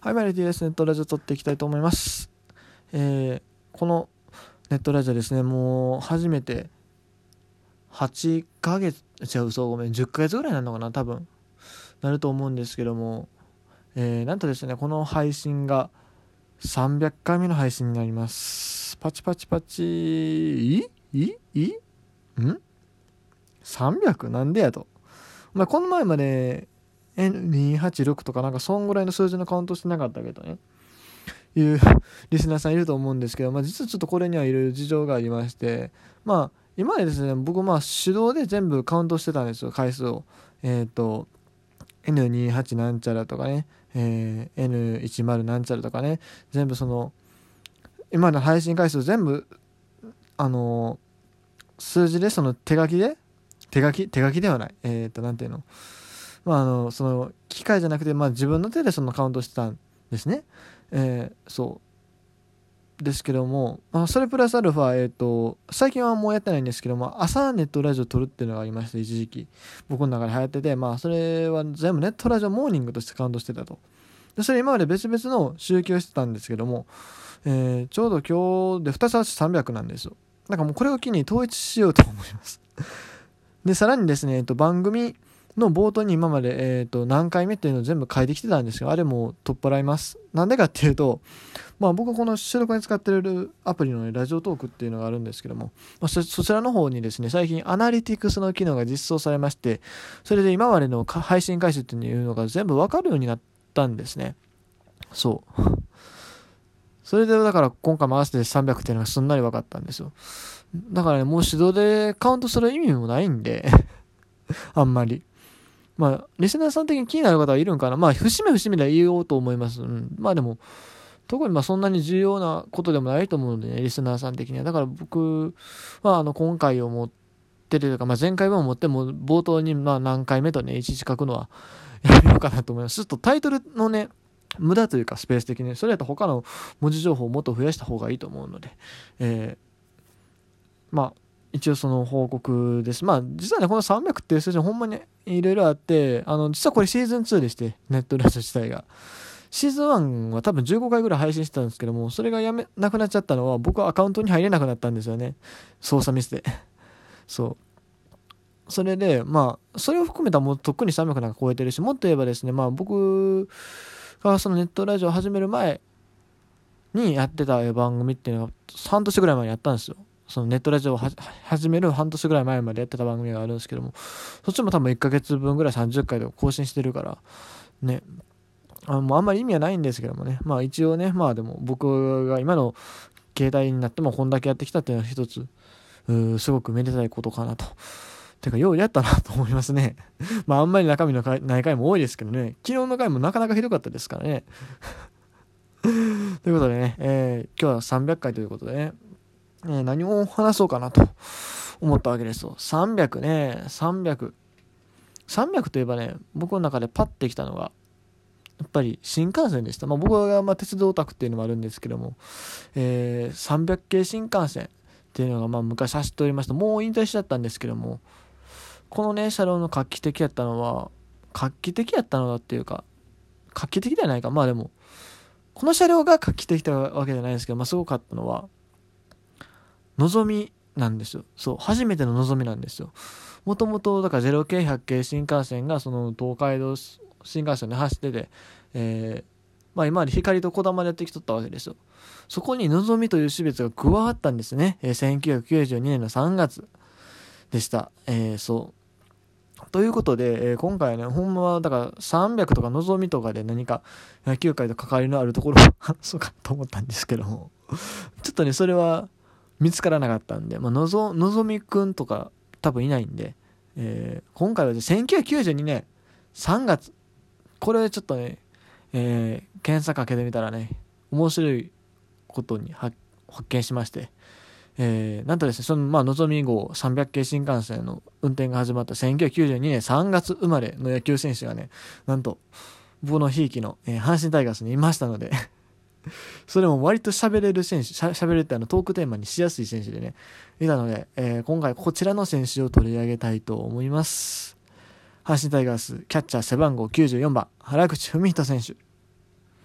はい、マイルティです。ネットラジオ撮っていきたいと思います。このネットラジオですね、もう初めて8ヶ月、10ヶ月ぐらいなのかな、多分、なると思うんですけども、なんとですね、この配信が300回目の配信になります。パチパチパチ、300? なんでやと。この前まで N286 とかなんかそんぐらいの数字のカウントしてなかったけどね。いうリスナーさんいると思うんですけど、実はちょっとこれにはいろいろ事情がありまして、今までですね、僕手動で全部カウントしてたんですよ、回数を。N28 なんちゃらとかね、N10 なんちゃらとかね、全部その今までの配信回数全部数字でその手書きではない、なんていうの、その機械じゃなくて、自分の手でそのカウントしてたんですね。そうですけども、それプラスアルファ、最近はもうやってないんですけども、朝ネットラジオ撮るっていうのがありまして、一時期僕の中で流行ってて、それは全部ネットラジオモーニングとしてカウントしてたと。でそれ今まで別々の集計をしてたんですけども、ちょうど今日で2つ合わせて300なんですよ。だからもうこれを機に統一しようと思います。でさらにですね、番組の冒頭に今まで、何回目っていうのを全部書いてきてたんですけど、あれも取っ払います。なんでかっていうと、僕この収録に使ってるアプリの、ラジオトークっていうのがあるんですけども、そちらの方にですね、最近アナリティクスの機能が実装されまして、それで今までの配信回数っていうのが全部わかるようになったんですね。そう。それでだから今回も合わせて300っていうのがすんなり分かったんですよ。だからね、もう手動でカウントする意味もないんであんまり。リスナーさん的に気になる方はいるんかな。節目節目で言おうと思います。でも、特にそんなに重要なことでもないと思うのでね、リスナーさん的には。だから僕は今回を持ってるというか、前回も持っても冒頭に何回目とね、いちいち書くのはやめようかなと思います。ちょっとタイトルのね、無駄というかスペース的に、それやったら他の文字情報をもっと増やした方がいいと思うので、一応その報告です。実はね、この300っていう数字ほんまにいろいろあって、実はこれシーズン2でして、ネットラジオ自体が。シーズン1は多分15回ぐらい配信してたんですけども、それがなくなっちゃったのは、僕はアカウントに入れなくなったんですよね。操作ミスで。そう。それで、それを含めたらもうとっくに300なんか超えてるし、もっと言えばですね、僕がそのネットラジオを始める前にやってた番組っていうのが半年ぐらい前にやったんですよ。そのネットラジオを始める半年ぐらい前までやってた番組があるんですけども、そっちも多分1ヶ月分ぐらい30回とか更新してるからね、もうあんまり意味はないんですけどもね、一応ね、でも僕が今の携帯になってもこんだけやってきたっていうのは一つすごくめでたいことかなと。てかようやったなと思いますね。あんまり中身のない回も多いですけどね、昨日の回もなかなかひどかったですからね。ということでね、今日は300回ということでね、何を話そうかなと思ったわけですよ。300ね、300といえばね、僕の中でパッてきたのがやっぱり新幹線でした。僕が鉄道オタクっていうのもあるんですけども、300系新幹線っていうのが昔走っておりました。もう引退しちゃったんですけども、このね車両の画期的やったのっていうか、画期的ではないか、でもこの車両が画期的なわけじゃないんですけど、すごかったのはのぞみなんですよ。そう、初めてののぞみなんですよ。もともとだから0系100系新幹線がその東海道新幹線で走ってて、今まで光とこだまでやってきとったわけですよ。そこにのぞみという種別が加わったんですね。1992年の3月でした。ということで、今回はね、ほんまはだから300とかのぞみとかで何か野球界と関わりのあるところを話そうかと思ったんですけども、ちょっとねそれは見つからなかったんで、のぞみくんとか多分いないんで、今回は1992年3月、これちょっとね、検索かけてみたらね、面白いことに発見しまして、なんとですね、そののぞみ号300系新幹線の運転が始まった1992年3月生まれの野球選手がね、なんと僕のひいきの、阪神タイガースにいましたのでそれも割と喋れる選手、喋れってトークテーマにしやすい選手でね、いたので、今回こちらの選手を取り上げたいと思います。阪神タイガースキャッチャー背番号94番原口文人選手。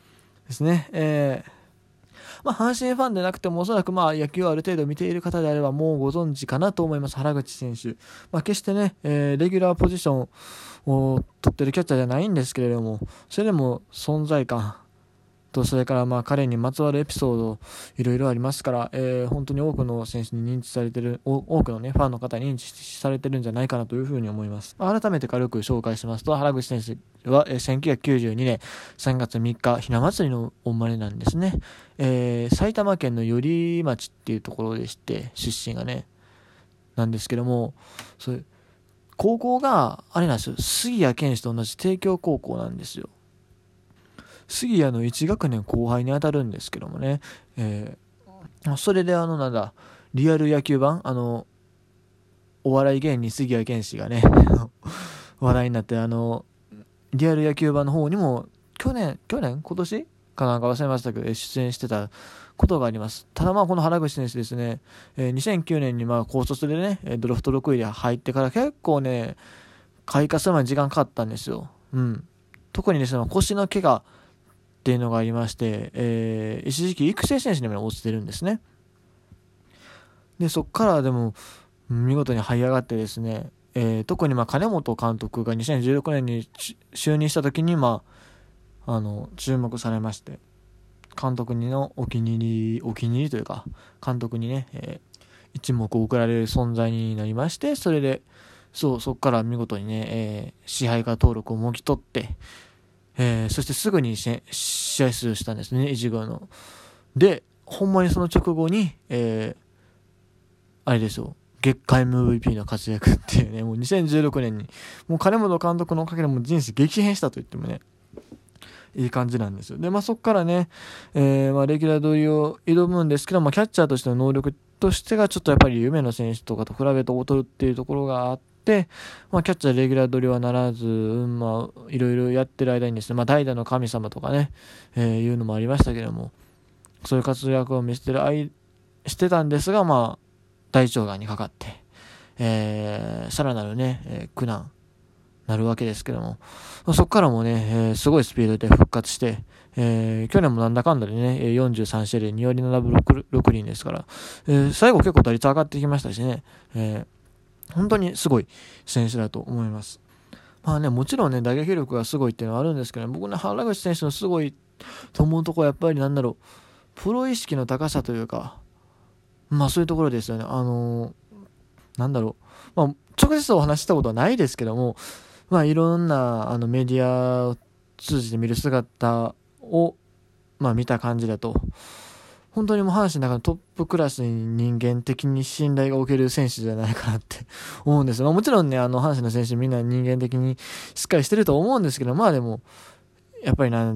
ですね。阪神ファンでなくてもおそらく野球をある程度見ている方であればもうご存知かなと思います。原口選手。決してね、レギュラーポジションを取ってるキャッチャーじゃないんですけれども、それでも存在感と、それから彼にまつわるエピソードいろいろありますから、本当に多くの選手に認知されてる、多くのねファンの方に認知されてるんじゃないかなというふうに思います。改めて軽く紹介しますと、原口選手は、1992年3月3日ひな祭りのお生まれなんですね。埼玉県の寄居町っていうところでして出身がねなんですけども、それ高校があれなんですよ、杉谷拳士と同じ帝京高校なんですよ。杉谷の1学年後輩に当たるんですけどもね、それでリアル野球版お笑い芸人杉谷拳士がね話題になってリアル野球版の方にも今年かなんか忘れましたけど出演してたことがあります。ただこの原口選手ですね、2009年に高卒でねドラフト6位で入ってから結構ね開花するまで時間かかったんですよ。特にですね腰の怪我っていうのがありまして、一時期育成選手にも落ちてるんですね。でそこからでも見事に這い上がってですね、特に金本監督が2016年に就任した時に注目されまして、監督のお気に入りというか監督にね、一目送られる存在になりまして、それでそこから見事にね、支配下登録をもぎ取って、そしてすぐに試合出場したんですね、1軍の。でほんまにその直後に、あれですよ、月間 MVP の活躍っていうね、もう2016年にもう金本監督のおかげでも人生激変したと言ってもねいい感じなんですよ。でそこからね、レギュラー取りを挑むんですけど、キャッチャーとしての能力としてがちょっとやっぱり夢の選手とかと比べて劣るっていうところがあって、キャッチャーレギュラー取りはならず、いろいろやってる間にですね、代打の神様とかね、いうのもありましたけども、そういう活躍をしてたんですが、大腸がんにかかって、さらなるね、苦難なるわけですけども、そこからもね、すごいスピードで復活して、去年もなんだかんだでね、43試合で2割7分 6厘ですから、最後結構打率上がってきましたしね、本当にすごい選手だと思います。もちろんね、打撃力がすごいっていうのはあるんですけど、僕ね、原口選手のすごいと思うところはやっぱりプロ意識の高さというか、そういうところですよね。直接お話したことはないですけども、いろんなメディアを通じて見る姿を、見た感じだと、本当にもう阪神の中のトップクラスに人間的に信頼がおける選手じゃないかなって思うんです。もちろんね、阪神の選手みんな人間的にしっかりしてると思うんですけど、でも、やっぱりこ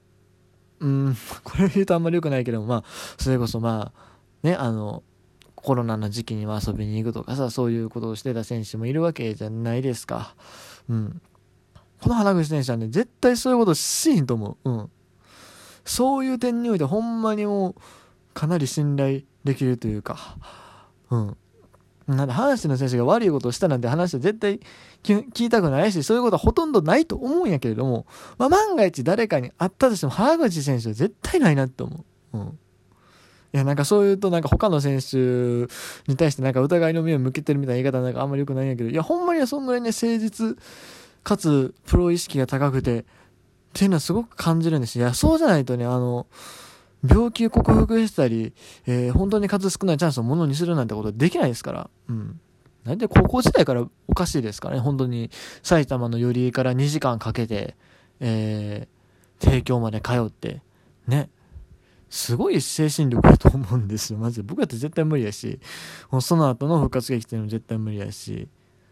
れ言うとあんまり良くないけど、それこそね、コロナの時期に遊びに行くとかさ、そういうことをしてた選手もいるわけじゃないですか。この原口選手はね、絶対そういうことしんと思う。そういう点においてほんまにもうかなり信頼できるというか、なんで阪神の選手が悪いことをしたなんて話は絶対聞いたくないし、そういうことはほとんどないと思うんやけれども、万が一誰かにあったとしても原口選手は絶対ないなって思う。いやそういうと他の選手に対して疑いの目を向けてるみたいな言い方あんまり良くないんやけど、いやほんまにそんぐらいね誠実かつプロ意識が高くてっていうのはすごく感じるんです。いやそうじゃないとね病気を克服したり、本当に数少ないチャンスをものにするなんてことはできないですから。なんで高校時代からおかしいですからね。本当に埼玉の寄居から2時間かけて、帝京まで通ってね、すごい精神力だと思うんですよ。マジで僕だって絶対無理やし、その後の復活劇っていうのも絶対無理やし、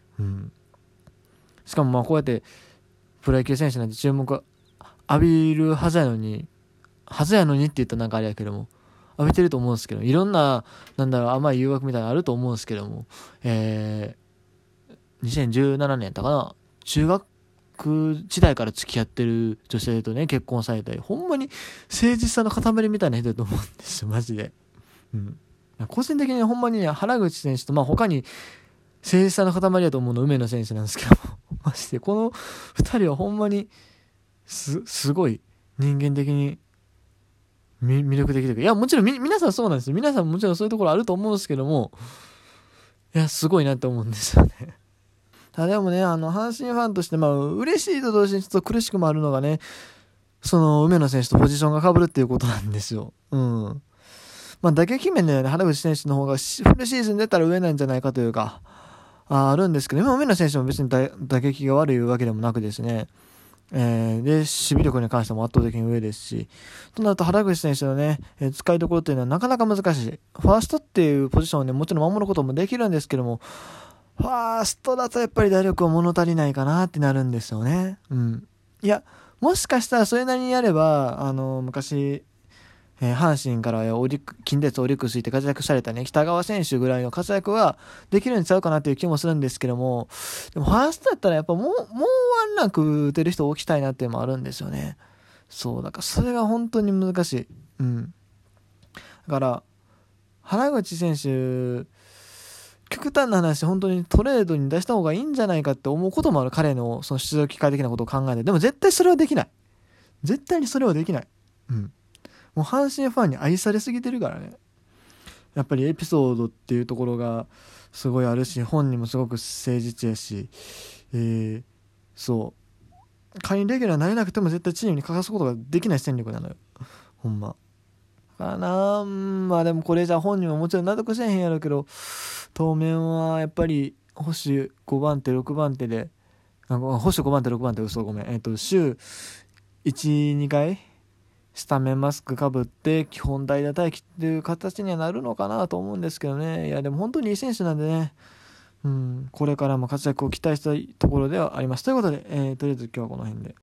しかもこうやってプロ野球選手なんて注目浴びるはずやのにって言ったらあれやけども、浴びてると思うんですけど、いろんな甘い誘惑みたいなのあると思うんですけども、2017年やったかな、中学時代から付き合ってる女性とね結婚されたり、ほんまに誠実さの塊みたいな人だと思うんですよ、マジで。個人的にほんまにね、原口選手と他に誠実さの塊だと思うの梅野選手なんですけどマジでこの2人はほんまにすごい人間的に魅力的というか、いや、もちろん皆さんそうなんですよ。皆さんもちろんそういうところあると思うんですけども、いや、すごいなって思うんですよね。ただでもね、阪神ファンとして、嬉しいと同時にちょっと苦しくもあるのがね、その、梅野選手とポジションが被るっていうことなんですよ。うん。打撃面ではね、原口選手の方がフルシーズン出たら上なんじゃないかというか、あるんですけど、今、梅野選手も別に打撃が悪いわけでもなくですね、で、守備力に関しても圧倒的に上ですし、となると原口選手のね、使いどころっていうのはなかなか難しい。ファーストっていうポジションをね、もちろん守ることもできるんですけども、ファーストだとやっぱり打力は物足りないかなってなるんですよね。うん。いや、もしかしたらそれなりにやれば、昔、阪神から近鉄オリックス行って活躍されたね、北川選手ぐらいの活躍はできるんちゃうかなっていう気もするんですけども、でもファーストだったらやっぱもうワンランク打てる人を置きたいなっていうのもあるんですよね。そう、だからそれが本当に難しい。うん。だから、原口選手、極端な話、本当にトレードに出した方がいいんじゃないかって思うこともある。彼のその出場機会的なことを考えて。でも絶対それはできない。絶対にそれはできない。うん。もう阪神ファンに愛されすぎてるからね。やっぱりエピソードっていうところがすごいあるし、本人もすごく誠実やし、そう。仮にレギュラーになれなくても絶対チームに欠かすことができない戦力なのよ。ほんま。かな。でもこれじゃ本人ももちろん納得せえへんやろうけど、当面はやっぱり保守5番手6番手で、保守5番手6番手嘘ごめん。週1、2回スタメンマスクかぶって基本代打待機っていう形にはなるのかなと思うんですけどね。いやでも本当にいい選手なんでね、これからも活躍を期待したいところではあります。ということで、とりあえず今日はこの辺で。